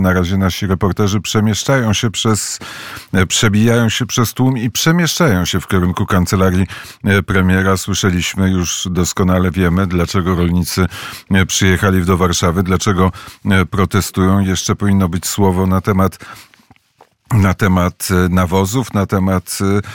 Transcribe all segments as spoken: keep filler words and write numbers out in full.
Na razie nasi reporterzy przemieszczają się przez, przebijają się przez tłum i przemieszczają się w kierunku kancelarii premiera. Słyszeliśmy, już doskonale wiemy, dlaczego rolnicy przyjechali do Warszawy, dlaczego protestują. Jeszcze powinno być słowo na temat, na temat nawozów, na temat...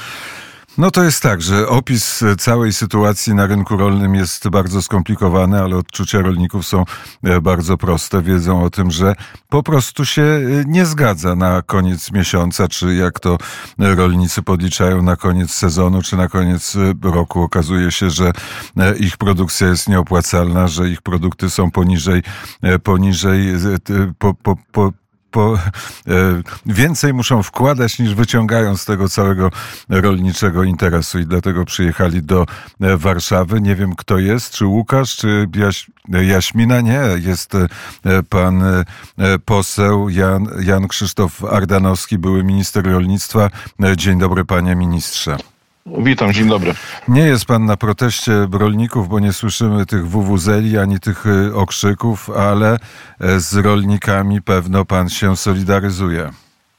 No to jest tak, że opis całej sytuacji na rynku rolnym jest bardzo skomplikowany, ale odczucia rolników są bardzo proste. Wiedzą o tym, że po prostu się nie zgadza na koniec miesiąca, czy jak to rolnicy podliczają na koniec sezonu, czy na koniec roku. Okazuje się, że ich produkcja jest nieopłacalna, że ich produkty są poniżej, poniżej po, po, po Po, e, więcej muszą wkładać niż wyciągają z tego całego rolniczego interesu i dlatego przyjechali do e, Warszawy. Nie wiem, kto jest, czy Łukasz, czy Jaś, Jaśmina. Nie, jest e, pan e, poseł Jan, Jan Krzysztof Ardanowski, były minister rolnictwa. E, dzień dobry, panie ministrze. Witam, dzień dobry. Nie jest pan na proteście rolników, bo nie słyszymy tych wuwuzeli ani tych okrzyków, ale z rolnikami pewno pan się solidaryzuje.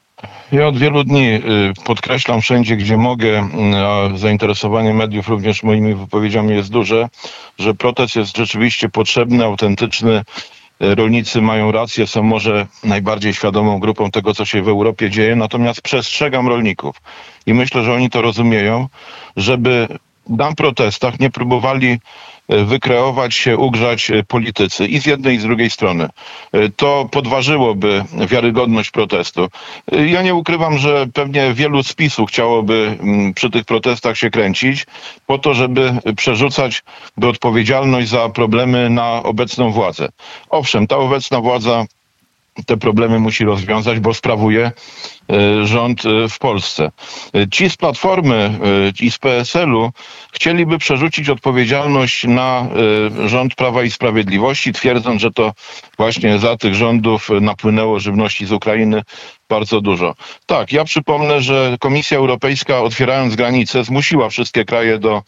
Ja od wielu dni podkreślam wszędzie, gdzie mogę, a zainteresowanie mediów również moimi wypowiedziami jest duże, że protest jest rzeczywiście potrzebny, autentyczny. Rolnicy mają rację, są może najbardziej świadomą grupą tego, co się w Europie dzieje, natomiast przestrzegam rolników i myślę, że oni to rozumieją, żeby na protestach nie próbowali wykreować się, ugrzać politycy i z jednej i z drugiej strony. To podważyłoby wiarygodność protestu. Ja nie ukrywam, że pewnie wielu z PiS-u chciałoby przy tych protestach się kręcić po to, żeby przerzucać odpowiedzialność za problemy na obecną władzę. Owszem, ta obecna władza te problemy musi rozwiązać, bo sprawuje rząd w Polsce. Ci z Platformy i z P S L-u chcieliby przerzucić odpowiedzialność na rząd Prawa i Sprawiedliwości, twierdząc, że to właśnie za tych rządów napłynęło żywności z Ukrainy bardzo dużo. Tak, ja przypomnę, że Komisja Europejska, otwierając granice, zmusiła wszystkie kraje do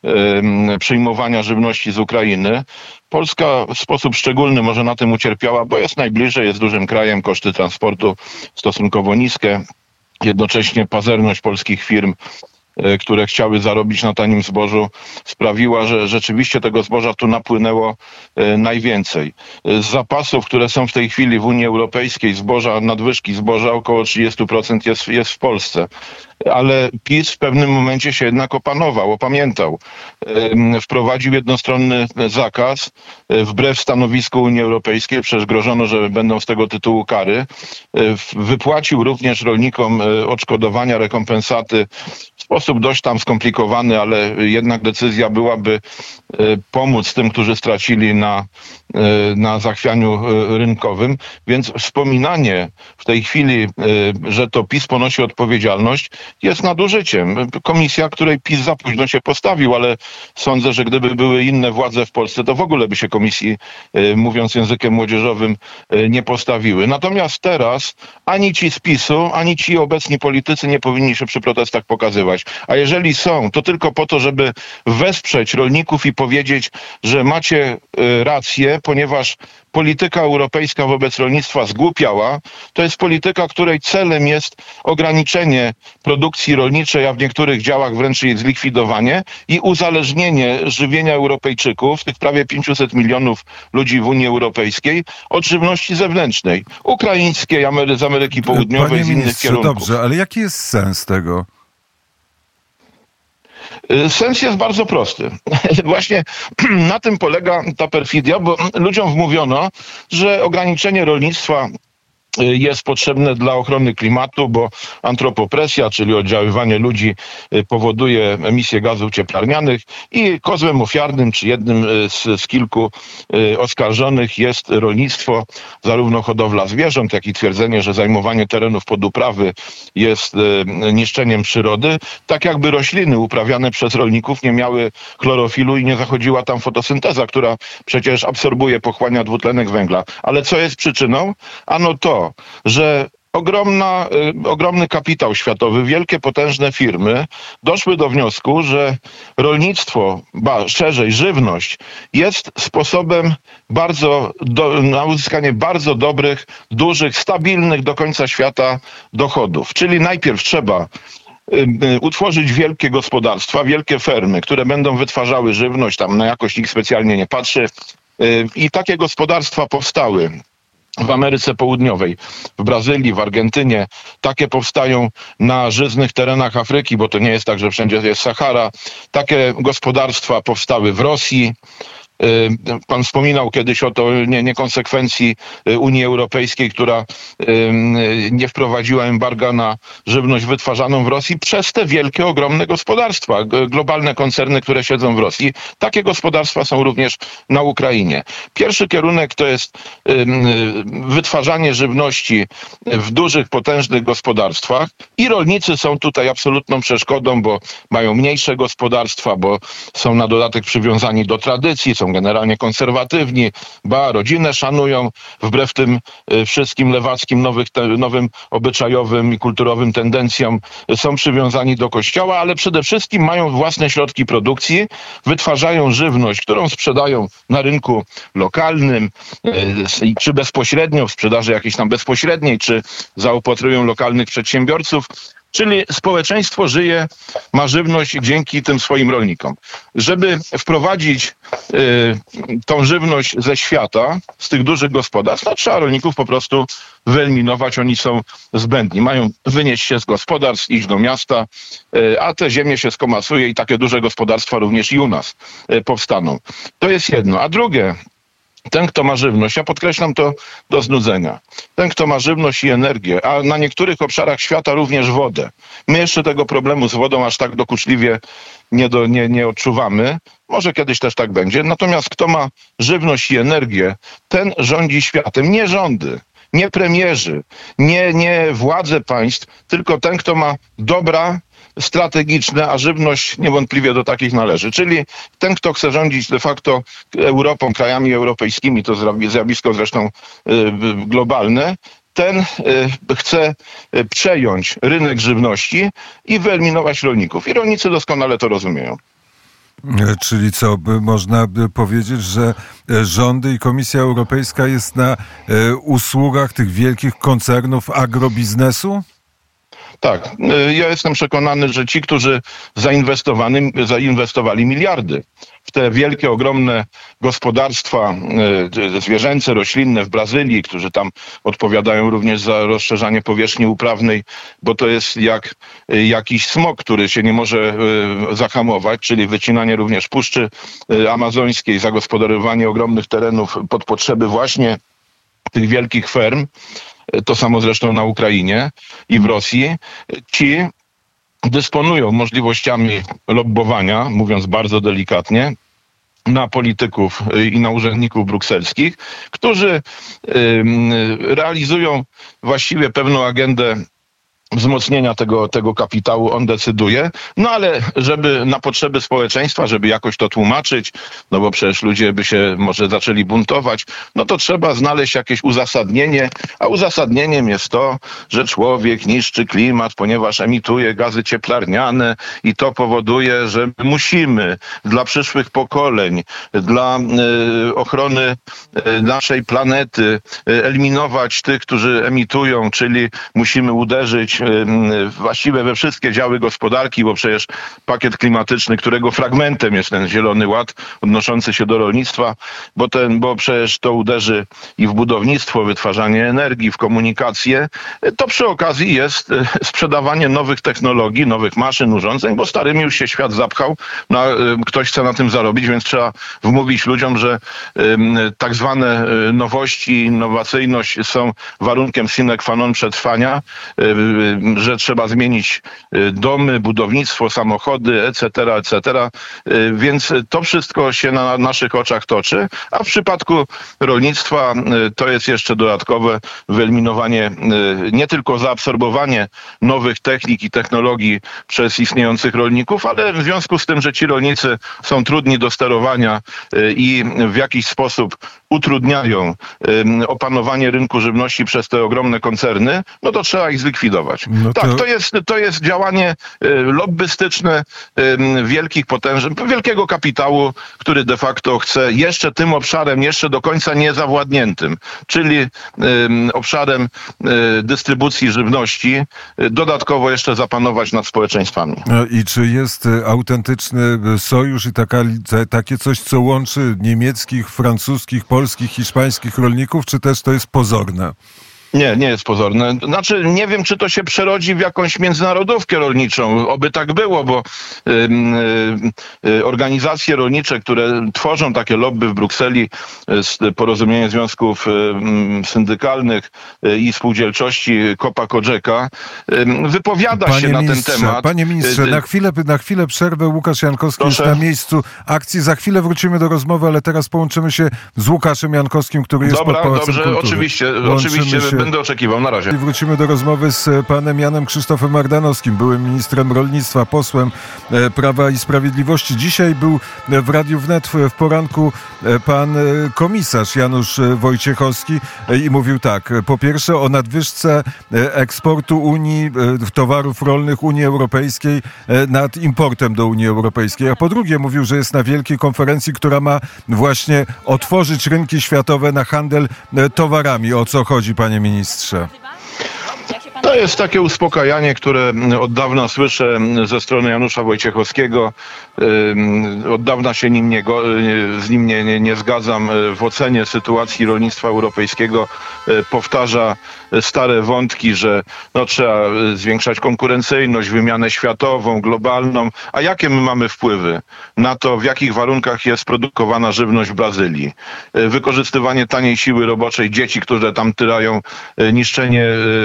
y, przyjmowania żywności z Ukrainy. Polska w sposób szczególny może na tym ucierpiała, bo jest najbliżej, jest dużym krajem, koszty transportu stosunkowo niskie. Jednocześnie pazerność polskich firm, które chciały zarobić na tanim zbożu, sprawiła, że rzeczywiście tego zboża tu napłynęło najwięcej. Z zapasów, które są w tej chwili w Unii Europejskiej, zboża, nadwyżki zboża, około trzydzieści procent jest, jest w Polsce. Ale PiS w pewnym momencie się jednak opanował, opamiętał. Wprowadził jednostronny zakaz wbrew stanowisku Unii Europejskiej, przecież grożono, że będą z tego tytułu kary. Wypłacił również rolnikom odszkodowania, rekompensaty w sposób dość tam skomplikowany, ale jednak decyzja byłaby pomóc tym, którzy stracili na, na zachwianiu rynkowym. Więc wspominanie w tej chwili, że to PiS ponosi odpowiedzialność, jest nadużyciem. Komisja, której PiS za późno się postawił, ale sądzę, że gdyby były inne władze w Polsce, to w ogóle by się komisji, mówiąc językiem młodzieżowym, nie postawiły. Natomiast teraz ani ci z PiS-u, ani ci obecni politycy nie powinni się przy protestach pokazywać. A jeżeli są, to tylko po to, żeby wesprzeć rolników i powiedzieć, że macie rację, ponieważ polityka europejska wobec rolnictwa zgłupiała. To jest polityka, której celem jest ograniczenie produkcji rolniczej, a w niektórych działach wręcz jej zlikwidowanie i uzależnienie żywienia Europejczyków, tych prawie pięćset milionów ludzi w Unii Europejskiej, od żywności zewnętrznej. Ukraińskiej, Amery- z Ameryki Południowej, Panie z innych ministrze, kierunków. dobrze, ale jaki jest sens tego? Sens jest bardzo prosty. Właśnie na tym polega ta perfidia, bo ludziom wmówiono, że ograniczenie rolnictwa jest potrzebne dla ochrony klimatu, bo antropopresja, czyli oddziaływanie ludzi, powoduje emisję gazów cieplarnianych i kozłem ofiarnym, czy jednym z, z kilku oskarżonych jest rolnictwo, zarówno hodowla zwierząt, jak i twierdzenie, że zajmowanie terenów pod uprawy jest niszczeniem przyrody, tak jakby rośliny uprawiane przez rolników nie miały chlorofilu i nie zachodziła tam fotosynteza, która przecież absorbuje, pochłania dwutlenek węgla. Ale co jest przyczyną? Ano to, że ogromna, y, ogromny kapitał światowy, wielkie, potężne firmy doszły do wniosku, że rolnictwo, ba, szerzej żywność, jest sposobem bardzo do, na uzyskanie bardzo dobrych, dużych, stabilnych do końca świata dochodów. Czyli najpierw trzeba utworzyć wielkie gospodarstwa, wielkie fermy, które będą wytwarzały żywność, tam na jakość nikt specjalnie nie patrzy. I takie gospodarstwa powstały w Ameryce Południowej, w Brazylii, w Argentynie. Takie powstają na żyznych terenach Afryki, bo to nie jest tak, że wszędzie jest Sahara. Takie gospodarstwa powstały w Rosji. Pan wspominał kiedyś o to nie, niekonsekwencji Unii Europejskiej, która nie wprowadziła embarga na żywność wytwarzaną w Rosji przez te wielkie, ogromne gospodarstwa, globalne koncerny, które siedzą w Rosji. Takie gospodarstwa są również na Ukrainie. Pierwszy kierunek to jest wytwarzanie żywności w dużych, potężnych gospodarstwach i rolnicy są tutaj absolutną przeszkodą, bo mają mniejsze gospodarstwa, bo są na dodatek przywiązani do tradycji, są generalnie konserwatywni, ba, rodzinę szanują, wbrew tym y, wszystkim lewackim, nowych, te, nowym obyczajowym i kulturowym tendencjom, y, są przywiązani do kościoła, ale przede wszystkim mają własne środki produkcji, wytwarzają żywność, którą sprzedają na rynku lokalnym, y, czy bezpośrednio, w sprzedaży jakiejś tam bezpośredniej, czy zaopatrują lokalnych przedsiębiorców. Czyli społeczeństwo żyje, ma żywność dzięki tym swoim rolnikom. Żeby wprowadzić y, tą żywność ze świata, z tych dużych gospodarstw, to trzeba rolników po prostu wyeliminować. Oni są zbędni. Mają wynieść się z gospodarstw, iść do miasta, y, a te ziemię się skomasuje i takie duże gospodarstwa również i u nas y, powstaną. To jest jedno. A drugie, ten, kto ma żywność, ja podkreślam to do znudzenia, ten, kto ma żywność i energię, a na niektórych obszarach świata również wodę. My jeszcze tego problemu z wodą aż tak dokuczliwie nie, do, nie, nie odczuwamy. Może kiedyś też tak będzie. Natomiast kto ma żywność i energię, ten rządzi światem. Nie rządy, nie premierzy, nie, nie władze państw, tylko ten, kto ma dobra strategiczne, a żywność niewątpliwie do takich należy. Czyli ten, kto chce rządzić de facto Europą, krajami europejskimi, to zjawisko zresztą y, globalne, ten y, chce przejąć rynek żywności i wyeliminować rolników. I rolnicy doskonale to rozumieją. Czyli co, można by powiedzieć, że rządy i Komisja Europejska jest na y, usługach tych wielkich koncernów agrobiznesu? Tak, ja jestem przekonany, że ci, którzy zainwestowali, zainwestowali miliardy w te wielkie, ogromne gospodarstwa zwierzęce, roślinne w Brazylii, którzy tam odpowiadają również za rozszerzanie powierzchni uprawnej, bo to jest jak jakiś smog, który się nie może zahamować, czyli wycinanie również puszczy amazońskiej, zagospodarowanie ogromnych terenów pod potrzeby właśnie tych wielkich ferm. To samo zresztą na Ukrainie i w Rosji. Ci dysponują możliwościami lobbowania, mówiąc bardzo delikatnie, na polityków i na urzędników brukselskich, którzy realizują właściwie pewną agendę wzmocnienia tego, tego kapitału, on decyduje. No ale żeby na potrzeby społeczeństwa, żeby jakoś to tłumaczyć, no bo przecież ludzie by się może zaczęli buntować, no to trzeba znaleźć jakieś uzasadnienie, a uzasadnieniem jest to, że człowiek niszczy klimat, ponieważ emituje gazy cieplarniane i to powoduje, że musimy dla przyszłych pokoleń, dla y, ochrony y, naszej planety y, eliminować tych, którzy emitują, czyli musimy uderzyć właściwie we wszystkie działy gospodarki, bo przecież pakiet klimatyczny, którego fragmentem jest ten Zielony Ład odnoszący się do rolnictwa, bo, ten, bo przecież to uderzy i w budownictwo, wytwarzanie energii, w komunikację, to przy okazji jest sprzedawanie nowych technologii, nowych maszyn, urządzeń, bo starymi już się świat zapchał, no, ktoś chce na tym zarobić, więc trzeba wmówić ludziom, że tak zwane nowości, innowacyjność są warunkiem sine qua non przetrwania, że trzeba zmienić domy, budownictwo, samochody, et cetera, et cetera. Więc to wszystko się na naszych oczach toczy, a w przypadku rolnictwa to jest jeszcze dodatkowe wyeliminowanie, nie tylko zaabsorbowanie nowych technik i technologii przez istniejących rolników, ale w związku z tym, że ci rolnicy są trudni do sterowania i w jakiś sposób utrudniają um, opanowanie rynku żywności przez te ogromne koncerny, no to trzeba ich zlikwidować. No to... Tak, to jest, to jest działanie um, lobbystyczne um, wielkich potężnych, wielkiego kapitału, który de facto chce jeszcze tym obszarem, jeszcze do końca niezawładniętym, czyli um, obszarem um, dystrybucji żywności, um, dodatkowo jeszcze zapanować nad społeczeństwami. I czy jest autentyczny sojusz i taka, takie coś, co łączy niemieckich, francuskich, polskich, hiszpańskich rolników, czy też to jest pozorne? Nie, nie jest pozorne. Znaczy, nie wiem, czy to się przerodzi w jakąś międzynarodówkę rolniczą. Oby tak było, bo y, y, organizacje rolnicze, które tworzą takie lobby w Brukseli, y, Porozumienie Związków y, Syndykalnych y, i Spółdzielczości Copa-Cogeca, y, wypowiada panie się na ten ministrze, temat. Panie ministrze, y, na chwilę, na chwilę przerwę. Łukasz Jankowski Proszę. jest na miejscu akcji. Za chwilę wrócimy do rozmowy, ale teraz połączymy się z Łukaszem Jankowskim, który jest Dobra, pod Pałacem dobrze, Kultury. oczywiście, Łączymy oczywiście się. Będę oczekiwał. Na razie. I wrócimy do rozmowy z panem Janem Krzysztofem Ardanowskim, byłym ministrem rolnictwa, posłem Prawa i Sprawiedliwości. Dzisiaj był w Radiu Wnet w poranku pan komisarz Janusz Wojciechowski i mówił tak. Po pierwsze o nadwyżce eksportu Unii, towarów rolnych Unii Europejskiej nad importem do Unii Europejskiej. A po drugie mówił, że jest na wielkiej konferencji, która ma właśnie otworzyć rynki światowe na handel towarami. O co chodzi, panie ministrze? To jest takie uspokajanie, które od dawna słyszę ze strony Janusza Wojciechowskiego. Od dawna się nim nie, z nim nie, nie, nie zgadzam. W ocenie sytuacji rolnictwa europejskiego powtarza stare wątki, że no, trzeba zwiększać konkurencyjność, wymianę światową, globalną. A jakie my mamy wpływy na to, w jakich warunkach jest produkowana żywność w Brazylii? Wykorzystywanie taniej siły roboczej, dzieci, które tam tyrają, niszczenie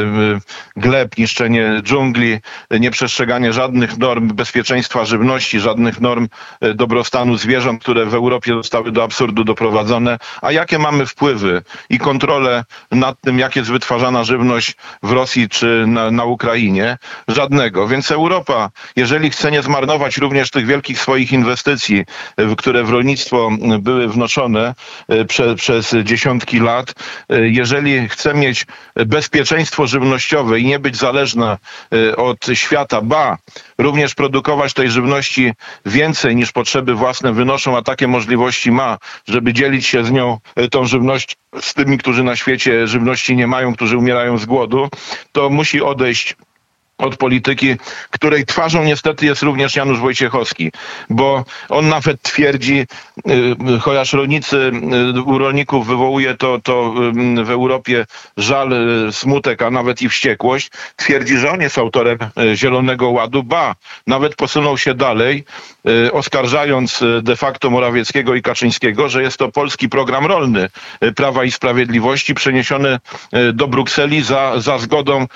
gleb, niszczenie dżungli, nieprzestrzeganie żadnych norm bezpieczeństwa żywności, żadnych norm dobrostanu zwierząt, które w Europie zostały do absurdu doprowadzone. A jakie mamy wpływy i kontrolę nad tym, jak jest wytwarzana żywność w Rosji czy na, na Ukrainie? Żadnego. Więc Europa, jeżeli chce nie zmarnować również tych wielkich swoich inwestycji, które w rolnictwo były wnoszone prze, przez dziesiątki lat, jeżeli chce mieć bezpieczeństwo żywnościowe i nie być zależna od świata, ba, również produkować tej żywności więcej niż potrzeby własne wynoszą, a takie możliwości ma, żeby dzielić się z nią, tą żywność z tymi, którzy na świecie żywności nie mają, którzy umierają z głodu, to musi odejść od polityki, której twarzą niestety jest również Janusz Wojciechowski, bo on nawet twierdzi, chociaż rolnicy, u rolników wywołuje to, to w Europie żal, smutek, a nawet i wściekłość, twierdzi, że on jest autorem Zielonego Ładu, ba, nawet posunął się dalej, oskarżając de facto Morawieckiego i Kaczyńskiego, że jest to polski program rolny Prawa i Sprawiedliwości przeniesiony do Brukseli za, za zgodą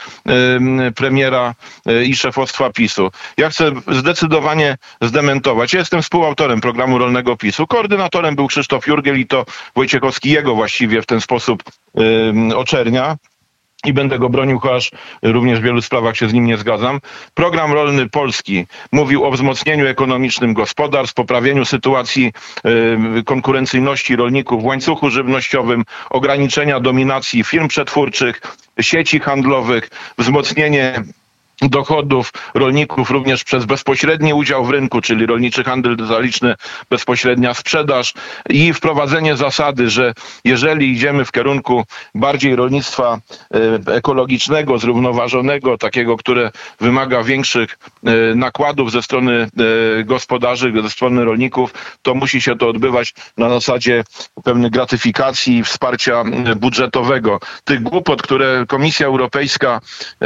premiera i szefostwa PiSu. Ja chcę zdecydowanie zdementować. Ja jestem współautorem programu rolnego PiSu. Koordynatorem był Krzysztof Jurgiel i to Wojciechowski jego właściwie w ten sposób yy, oczernia. I będę go bronił, chociaż również w wielu sprawach się z nim nie zgadzam. Program rolny polski mówił o wzmocnieniu ekonomicznym gospodarstw, poprawieniu sytuacji y, konkurencyjności rolników w łańcuchu żywnościowym, ograniczenia dominacji firm przetwórczych, sieci handlowych, wzmocnienie dochodów rolników również przez bezpośredni udział w rynku, czyli rolniczy handel detaliczny, bezpośrednia sprzedaż i wprowadzenie zasady, że jeżeli idziemy w kierunku bardziej rolnictwa ekologicznego, zrównoważonego, takiego, które wymaga większych nakładów ze strony gospodarzy, ze strony rolników, to musi się to odbywać na zasadzie pewnej gratyfikacji i wsparcia budżetowego. Tych głupot, które Komisja Europejska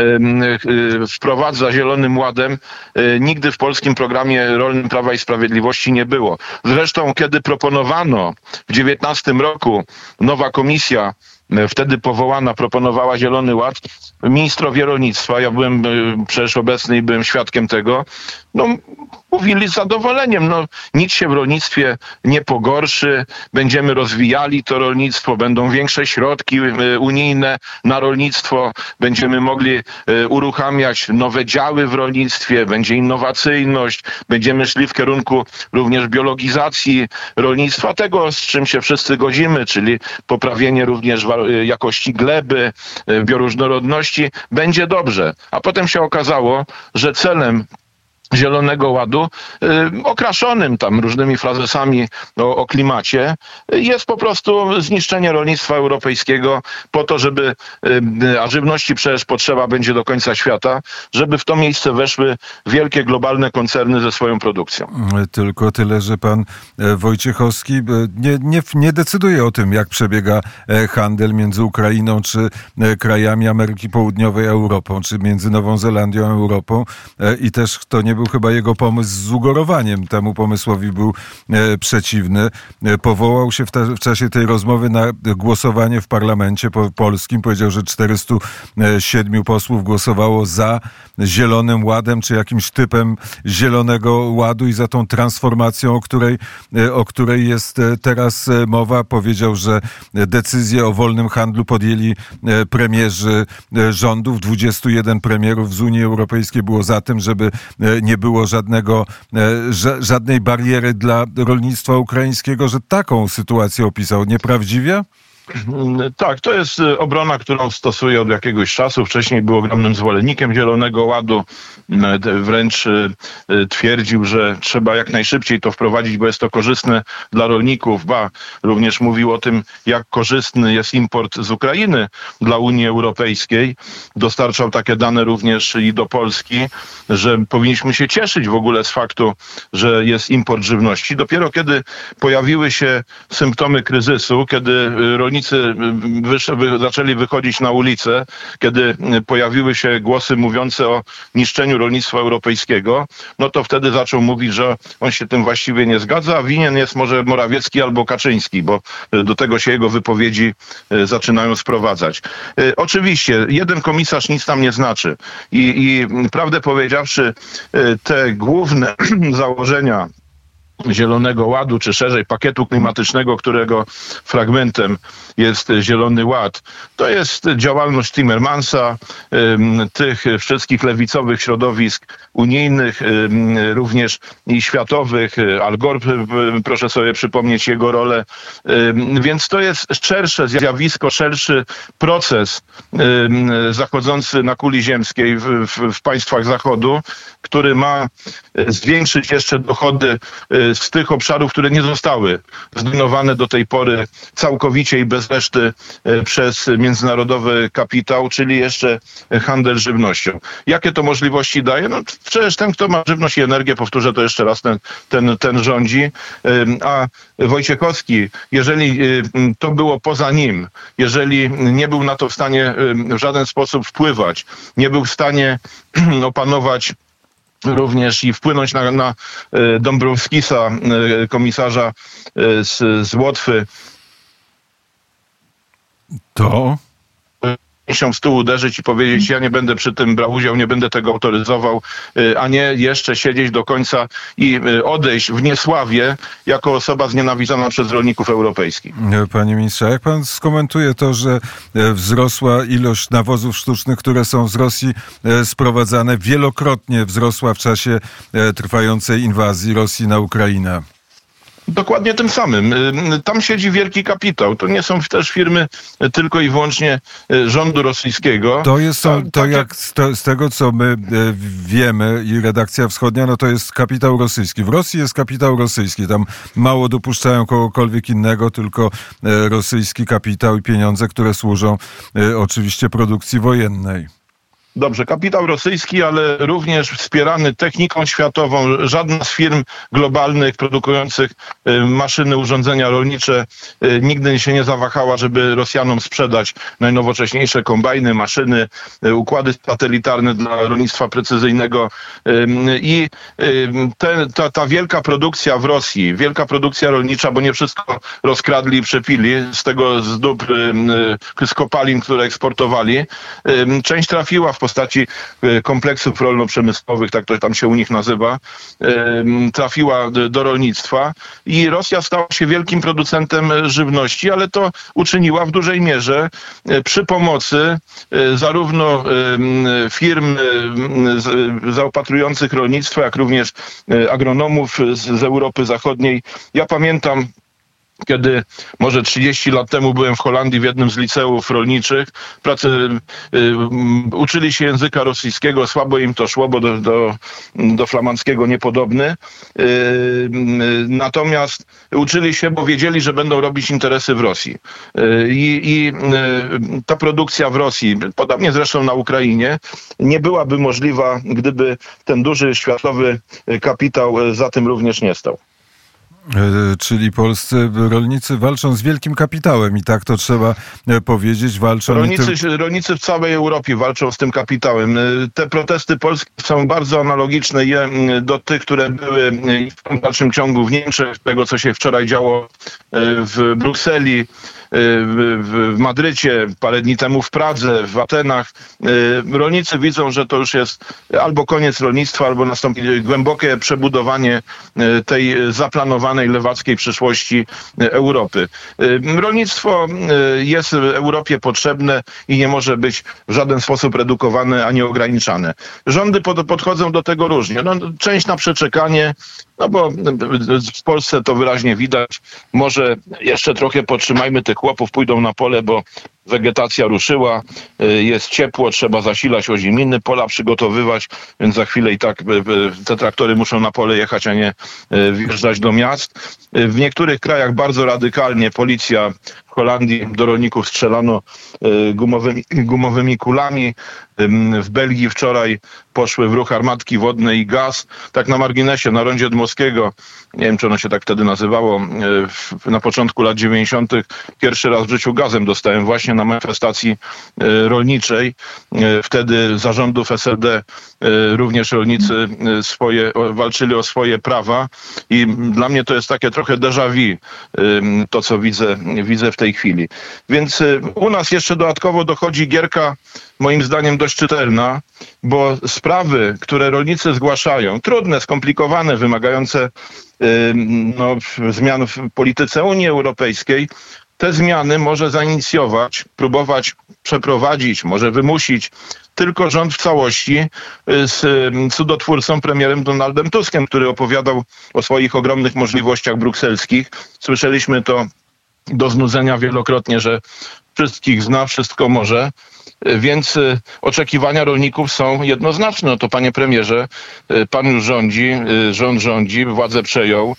wprowadza Zielonym Ładem, nigdy w polskim programie rolnym Prawa i Sprawiedliwości nie było. Zresztą, kiedy proponowano w dziewiętnastym roku, nowa komisja, wtedy powołana, proponowała Zielony Ład, ministrowie rolnictwa, ja byłem przecież obecny i byłem świadkiem tego, no, mówili z zadowoleniem, no nic się w rolnictwie nie pogorszy, będziemy rozwijali to rolnictwo, będą większe środki unijne na rolnictwo, będziemy mogli uruchamiać nowe działy w rolnictwie, będzie innowacyjność, będziemy szli w kierunku również biologizacji rolnictwa, tego z czym się wszyscy godzimy, czyli poprawienie również jakości gleby, bioróżnorodności, będzie dobrze. A potem się okazało, że celem Zielonego Ładu, y, okraszonym tam różnymi frazesami o, o klimacie, y, jest po prostu zniszczenie rolnictwa europejskiego po to, żeby, y, a żywności przecież potrzeba będzie do końca świata, żeby w to miejsce weszły wielkie globalne koncerny ze swoją produkcją. Tylko tyle, że pan Wojciechowski nie, nie, nie decyduje o tym, jak przebiega handel między Ukrainą czy krajami Ameryki Południowej, Europą, czy między Nową Zelandią a Europą i też to nie był chyba jego pomysł z ugorowaniem. Temu pomysłowi był e, przeciwny. E, powołał się w, ta, w czasie tej rozmowy na głosowanie w parlamencie po, polskim. Powiedział, że czterystu siedmiu posłów głosowało za Zielonym Ładem, czy jakimś typem Zielonego Ładu i za tą transformacją, o której, e, o której jest teraz mowa. Powiedział, że decyzję o wolnym handlu podjęli e, premierzy e, rządów. dwudziestu jeden premierów z Unii Europejskiej było za tym, żeby e, nie było żadnego, żadnej bariery dla rolnictwa ukraińskiego, że taką sytuację opisał. Nieprawdziwie? Tak, to jest obrona, którą stosuję od jakiegoś czasu. Wcześniej był ogromnym zwolennikiem Zielonego Ładu. Wręcz twierdził, że trzeba jak najszybciej to wprowadzić, bo jest to korzystne dla rolników. Ba, również mówił o tym, jak korzystny jest import z Ukrainy dla Unii Europejskiej. Dostarczał takie dane również i do Polski, że powinniśmy się cieszyć w ogóle z faktu, że jest import żywności. Dopiero kiedy pojawiły się symptomy kryzysu, kiedy rolnicy Wysz, wy, zaczęli wychodzić na ulicę, kiedy pojawiły się głosy mówiące o niszczeniu rolnictwa europejskiego, no to wtedy zaczął mówić, że on się tym właściwie nie zgadza, a winien jest może Morawiecki albo Kaczyński, bo do tego się jego wypowiedzi zaczynają sprowadzać. Oczywiście, jeden komisarz nic tam nie znaczy i, i prawdę powiedziawszy, te główne założenia Zielonego Ładu, czy szerzej pakietu klimatycznego, którego fragmentem jest Zielony Ład, to jest działalność Timmermansa, tych wszystkich lewicowych środowisk unijnych, również i światowych. Al Gore, proszę sobie przypomnieć jego rolę. Więc to jest szersze zjawisko, szerszy proces zachodzący na kuli ziemskiej w, w, w państwach Zachodu, który ma zwiększyć jeszcze dochody z tych obszarów, które nie zostały zdominowane do tej pory całkowicie i bez reszty przez międzynarodowy kapitał, czyli jeszcze handel żywnością. Jakie to możliwości daje? No przecież ten, kto ma żywność i energię, powtórzę to jeszcze raz, ten, ten, ten rządzi. A Wojciechowski, jeżeli to było poza nim, jeżeli nie był na to w stanie w żaden sposób wpływać, nie był w stanie opanować również i wpłynąć na, na Dąbrowskisa, komisarza z, z Łotwy, to się w stół uderzyć i powiedzieć, ja nie będę przy tym brał udziału, nie będę tego autoryzował, a nie jeszcze siedzieć do końca i odejść w niesławie jako osoba znienawidzona przez rolników europejskich. Panie ministrze, jak pan skomentuje to, że wzrosła ilość nawozów sztucznych, które są z Rosji sprowadzane, wielokrotnie wzrosła w czasie trwającej inwazji Rosji na Ukrainę? Dokładnie tym samym. Tam siedzi wielki kapitał. To nie są też firmy tylko i wyłącznie rządu rosyjskiego. To jest to, to jak z, to, z tego, co my wiemy i redakcja wschodnia, no to jest kapitał rosyjski. W Rosji jest kapitał rosyjski. Tam mało dopuszczają kogokolwiek innego, tylko rosyjski kapitał i pieniądze, które służą oczywiście produkcji wojennej. Dobrze, kapitał rosyjski, ale również wspierany techniką światową. Żadna z firm globalnych produkujących maszyny, urządzenia rolnicze nigdy się nie zawahała, żeby Rosjanom sprzedać najnowocześniejsze kombajny, maszyny, układy satelitarne dla rolnictwa precyzyjnego. I te, ta, ta wielka produkcja w Rosji, wielka produkcja rolnicza, bo nie wszystko rozkradli i przepili z tego z dóbr, z kopalin, które eksportowali, część trafiła w postaci kompleksów rolno-przemysłowych, tak to tam się u nich nazywa, trafiła do rolnictwa i Rosja stała się wielkim producentem żywności, ale to uczyniła w dużej mierze przy pomocy zarówno firm zaopatrujących rolnictwo, jak również agronomów z, z Europy Zachodniej. Ja pamiętam, kiedy może trzydzieści lat temu byłem w Holandii w jednym z liceów rolniczych, pracy, y, y, uczyli się języka rosyjskiego, słabo im to szło, bo do, do, do flamandzkiego niepodobny. Y, y, natomiast uczyli się, bo wiedzieli, że będą robić interesy w Rosji. Y, I y, ta produkcja w Rosji, podobnie zresztą na Ukrainie, nie byłaby możliwa, gdyby ten duży światowy kapitał za tym również nie stał. Czyli polscy rolnicy walczą z wielkim kapitałem i tak to trzeba powiedzieć. Walczą rolnicy, tym... rolnicy w całej Europie walczą z tym kapitałem. Te protesty polskie są bardzo analogiczne do tych, które były w dalszym ciągu w Niemczech, tego co się wczoraj działo w Brukseli, w Madrycie, parę dni temu w Pradze, w Atenach. Rolnicy widzą, że to już jest albo koniec rolnictwa, albo nastąpi głębokie przebudowanie tej zaplanowanej lewackiej przyszłości Europy. Rolnictwo jest Europie potrzebne i nie może być w żaden sposób redukowane ani ograniczane. Rządy pod, podchodzą do tego różnie. No, część na przeczekanie, no bo w Polsce to wyraźnie widać. Może jeszcze trochę podtrzymajmy tych chłopów, pójdą na pole, bo wegetacja ruszyła, jest ciepło, trzeba zasilać oziminy, pola przygotowywać, więc za chwilę i tak te traktory muszą na pole jechać, a nie wjeżdżać do miast. W niektórych krajach bardzo radykalnie policja w Holandii do rolników strzelano gumowymi, gumowymi kulami. W Belgii wczoraj poszły w ruch armatki wodne i gaz. Tak na marginesie, na rondzie Dmowskiego, nie wiem, czy ono się tak wtedy nazywało, na początku lat dziewięćdziesiątych pierwszy raz w życiu gazem dostałem właśnie na manifestacji rolniczej. Wtedy za rządów S L D również rolnicy swoje, walczyli o swoje prawa i dla mnie to jest takie trochę déjà vu, to co widzę, widzę w tej chwili. Więc u nas jeszcze dodatkowo dochodzi gierka, moim zdaniem dość czytelna, bo sprawy, które rolnicy zgłaszają, trudne, skomplikowane, wymagające no, zmian w polityce Unii Europejskiej, te zmiany może zainicjować, próbować przeprowadzić, może wymusić tylko rząd w całości z cudotwórcą premierem Donaldem Tuskiem, który opowiadał o swoich ogromnych możliwościach brukselskich. Słyszeliśmy to do znudzenia wielokrotnie, że wszystkich zna, wszystko może. Więc oczekiwania rolników są jednoznaczne. No to panie premierze, pan już rządzi, rząd rządzi, władzę przejął,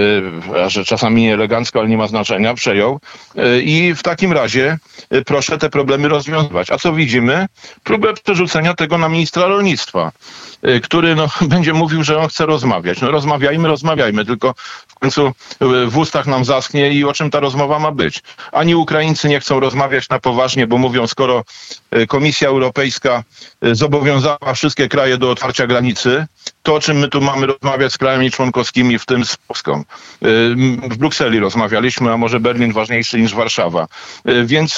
a że czasami nie elegancko, ale nie ma znaczenia, przejął i w takim razie proszę te problemy rozwiązywać. A co widzimy? Próbę przerzucenia tego na ministra rolnictwa, który no, będzie mówił, że on chce rozmawiać. No rozmawiajmy, rozmawiajmy, tylko w końcu w ustach nam zaschnie i o czym ta rozmowa ma być. Ani Ukraińcy nie chcą rozmawiać na poważnie, bo mówią, skoro Komisja Europejska zobowiązała wszystkie kraje do otwarcia granicy, to o czym my tu mamy rozmawiać z krajami członkowskimi, w tym z Polską. W Brukseli rozmawialiśmy, a może Berlin ważniejszy niż Warszawa. Więc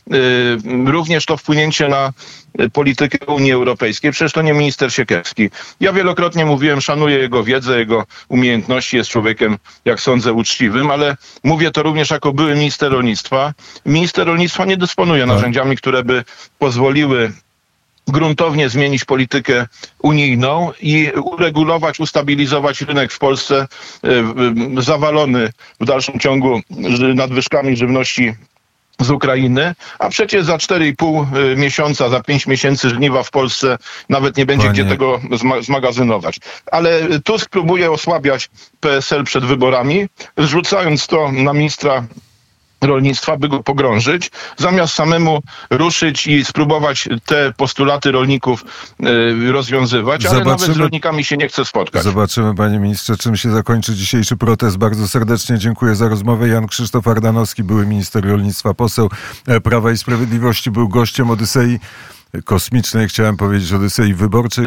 również to wpłynięcie na politykę Unii Europejskiej, przecież to nie minister Siekierski. Ja wielokrotnie mówiłem, szanuję jego wiedzę, jego umiejętności, jest człowiekiem, jak sądzę, uczciwym, ale mówię to również jako były minister rolnictwa. Minister rolnictwa nie dysponuje narzędziami, które by pozwoliły gruntownie zmienić politykę unijną i uregulować, ustabilizować rynek w Polsce zawalony w dalszym ciągu nadwyżkami żywności z Ukrainy, a przecież za cztery i pół miesiąca, za pięć miesięcy żniwa w Polsce nawet nie będzie Panie... gdzie tego zma- zmagazynować. Ale Tusk próbuje osłabiać P S L przed wyborami, zrzucając to na ministra rolnictwa, by go pogrążyć, zamiast samemu ruszyć i spróbować te postulaty rolników y, rozwiązywać, ale Zobaczymy. nawet z rolnikami się nie chce spotkać. Zobaczymy, panie ministrze, czym się zakończy dzisiejszy protest. Bardzo serdecznie dziękuję za rozmowę. Jan Krzysztof Ardanowski, były minister rolnictwa, poseł Prawa i Sprawiedliwości, był gościem Odysei Kosmicznej, chciałem powiedzieć Odysei Wyborczej.